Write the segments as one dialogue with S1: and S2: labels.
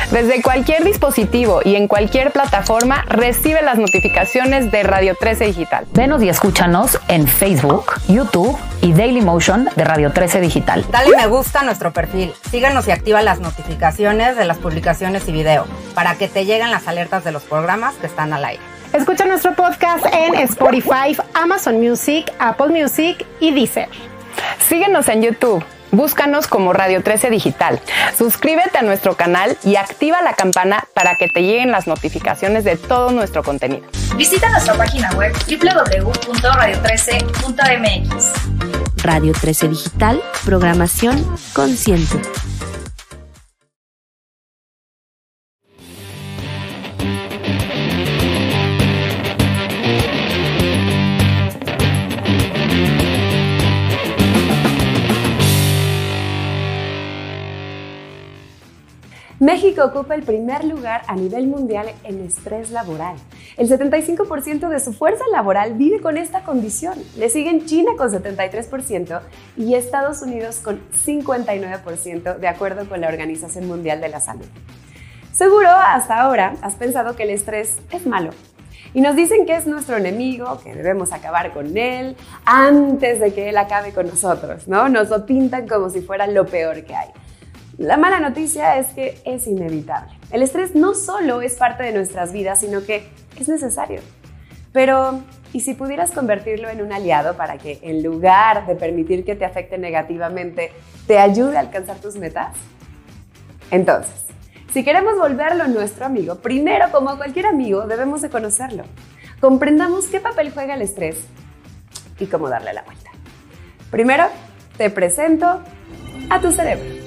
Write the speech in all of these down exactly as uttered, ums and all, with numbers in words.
S1: Desde cualquier dispositivo y en cualquier plataforma, recibe las notificaciones de Radio trece Digital.
S2: Venos y escúchanos en Facebook, YouTube y Dailymotion de Radio trece Digital.
S3: Dale me gusta a nuestro perfil. Síguenos y activa las notificaciones de las publicaciones y video para que te lleguen las alertas de los programas que están al aire.
S4: Escucha nuestro podcast en Spotify, Amazon Music, Apple Music y Deezer.
S1: Síguenos en YouTube. Búscanos como Radio trece Digital. Suscríbete a nuestro canal y activa la campana para que te lleguen las notificaciones de todo nuestro contenido.
S5: Visita nuestra página web doble u doble u doble u punto radio trece punto m x.
S6: Radio trece Digital, programación consciente.
S7: México ocupa el primer lugar a nivel mundial en estrés laboral. El setenta y cinco por ciento de su fuerza laboral vive con esta condición. Le siguen China con setenta y tres por ciento y Estados Unidos con cincuenta y nueve por ciento, de acuerdo con la Organización Mundial de la Salud. Seguro, hasta ahora, has pensado que el estrés es malo. Y nos dicen que es nuestro enemigo, que debemos acabar con él antes de que él acabe con nosotros, ¿no? Nos lo pintan como si fuera lo peor que hay. La mala noticia es que es inevitable. El estrés no solo es parte de nuestras vidas, sino que es necesario. Pero, ¿y si pudieras convertirlo en un aliado para que, en lugar de permitir que te afecte negativamente, te ayude a alcanzar tus metas? Entonces, si queremos volverlo nuestro amigo, primero, como cualquier amigo, debemos de conocerlo. Comprendamos qué papel juega el estrés y cómo darle la vuelta. Primero, te presento a tu cerebro.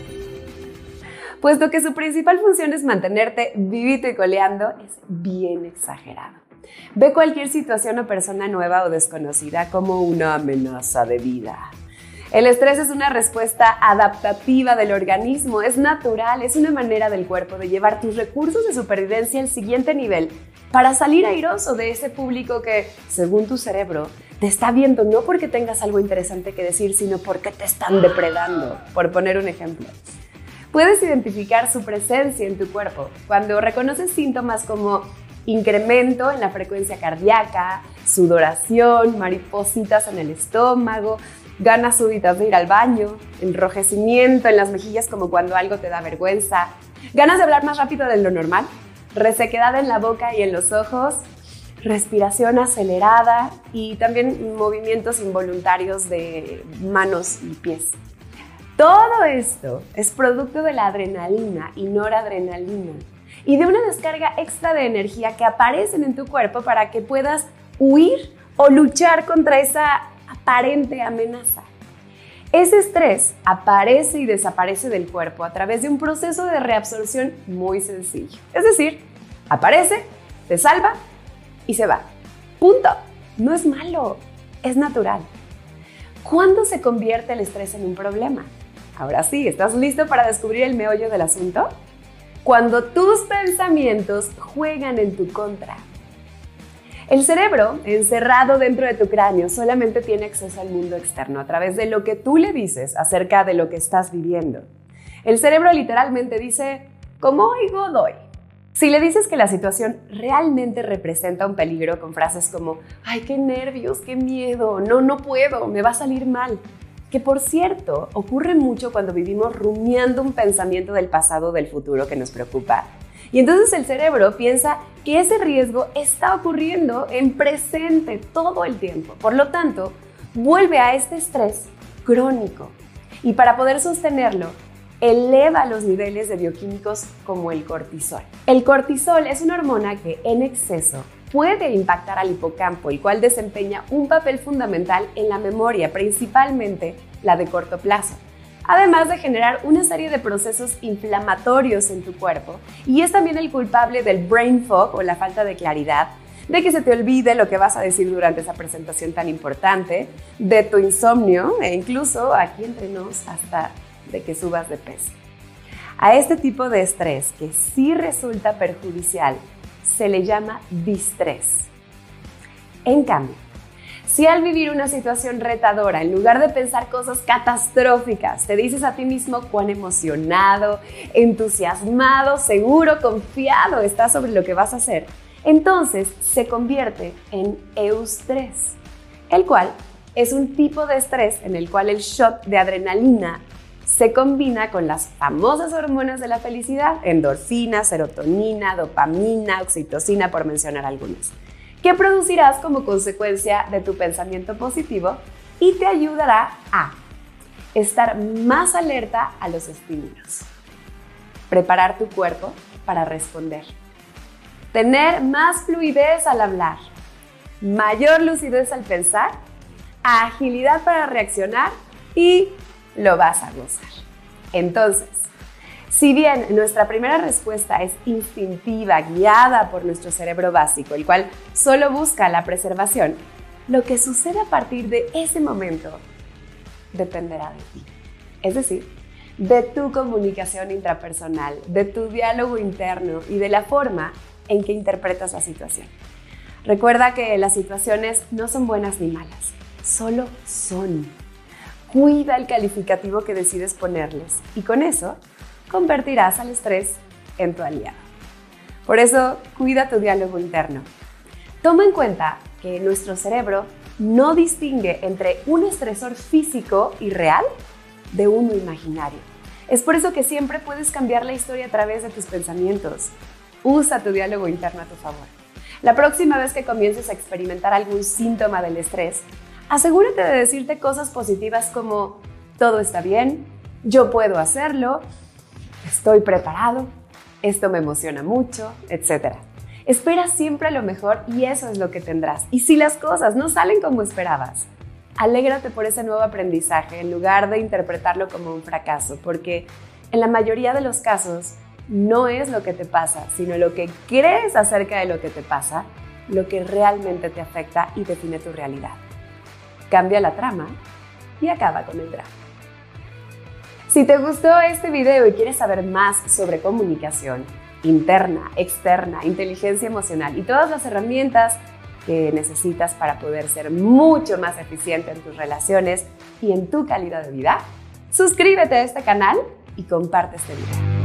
S7: Puesto que su principal función es mantenerte vivito y coleando, es bien exagerado. Ve cualquier situación o persona nueva o desconocida como una amenaza de vida. El estrés es una respuesta adaptativa del organismo, es natural, es una manera del cuerpo de llevar tus recursos de supervivencia al siguiente nivel para salir airoso de ese público que, según tu cerebro, te está viendo no porque tengas algo interesante que decir, sino porque te están depredando, por poner un ejemplo. Puedes identificar su presencia en tu cuerpo cuando reconoces síntomas como incremento en la frecuencia cardíaca, sudoración, maripositas en el estómago, ganas súbitas de ir al baño, enrojecimiento en las mejillas como cuando algo te da vergüenza, ganas de hablar más rápido de lo normal, resequedad en la boca y en los ojos, respiración acelerada y también movimientos involuntarios de manos y pies. Todo esto es producto de la adrenalina y noradrenalina y de una descarga extra de energía que aparecen en tu cuerpo para que puedas huir o luchar contra esa aparente amenaza. Ese estrés aparece y desaparece del cuerpo a través de un proceso de reabsorción muy sencillo. Es decir, aparece, te salva y se va. Punto. No es malo, es natural. ¿Cuándo se convierte el estrés en un problema? Ahora sí, ¿estás listo para descubrir el meollo del asunto? Cuando tus pensamientos juegan en tu contra. El cerebro, encerrado dentro de tu cráneo, solamente tiene acceso al mundo externo a través de lo que tú le dices acerca de lo que estás viviendo. El cerebro literalmente dice, como oigo, doy. Si le dices que la situación realmente representa un peligro con frases como, ay, qué nervios, qué miedo, no, no puedo, me va a salir mal. Que por cierto, ocurre mucho cuando vivimos rumiando un pensamiento del pasado o del futuro que nos preocupa. Y entonces el cerebro piensa que ese riesgo está ocurriendo en presente todo el tiempo. Por lo tanto, vuelve a este estrés crónico. Y para poder sostenerlo, eleva los niveles de bioquímicos como el cortisol. El cortisol es una hormona que en exceso puede impactar al hipocampo, el cual desempeña un papel fundamental en la memoria, principalmente la de corto plazo, además de generar una serie de procesos inflamatorios en tu cuerpo, y es también el culpable del brain fog o la falta de claridad, de que se te olvide lo que vas a decir durante esa presentación tan importante, de tu insomnio e incluso, aquí entre nos, hasta de que subas de peso. A este tipo de estrés, que sí resulta perjudicial, se le llama distrés. En cambio, Si al vivir una situación retadora, en lugar de pensar cosas catastróficas, te dices a ti mismo cuán emocionado, entusiasmado, seguro, confiado estás sobre lo que vas a hacer, entonces se convierte en eustrés, el cual es un tipo de estrés en el cual el shot de adrenalina se combina con las famosas hormonas de la felicidad, endorfina, serotonina, dopamina, oxitocina, por mencionar algunas, que producirás como consecuencia de tu pensamiento positivo y te ayudará a estar más alerta a los estímulos, preparar tu cuerpo para responder, tener más fluidez al hablar, mayor lucidez al pensar, agilidad para reaccionar y lo vas a gozar. Entonces, si bien nuestra primera respuesta es instintiva, guiada por nuestro cerebro básico, el cual solo busca la preservación, lo que sucede a partir de ese momento dependerá de ti. Es decir, de tu comunicación intrapersonal, de tu diálogo interno y de la forma en que interpretas la situación. Recuerda que las situaciones no son buenas ni malas, solo son. Cuida el calificativo que decides ponerles y con eso convertirás al estrés en tu aliado. Por eso, cuida tu diálogo interno. Toma en cuenta que nuestro cerebro no distingue entre un estresor físico y real de uno imaginario. Es por eso que siempre puedes cambiar la historia a través de tus pensamientos. Usa tu diálogo interno a tu favor. La próxima vez que comiences a experimentar algún síntoma del estrés, asegúrate de decirte cosas positivas como todo está bien, yo puedo hacerlo, estoy preparado, esto me emociona mucho, etcétera. Espera siempre lo mejor y eso es lo que tendrás. Y si las cosas no salen como esperabas, alégrate por ese nuevo aprendizaje en lugar de interpretarlo como un fracaso, porque en la mayoría de los casos no es lo que te pasa, sino lo que crees acerca de lo que te pasa, lo que realmente te afecta y define tu realidad. Cambia la trama y acaba con el drama. Si te gustó este video y quieres saber más sobre comunicación interna, externa, inteligencia emocional y todas las herramientas que necesitas para poder ser mucho más eficiente en tus relaciones y en tu calidad de vida, suscríbete a este canal y comparte este video.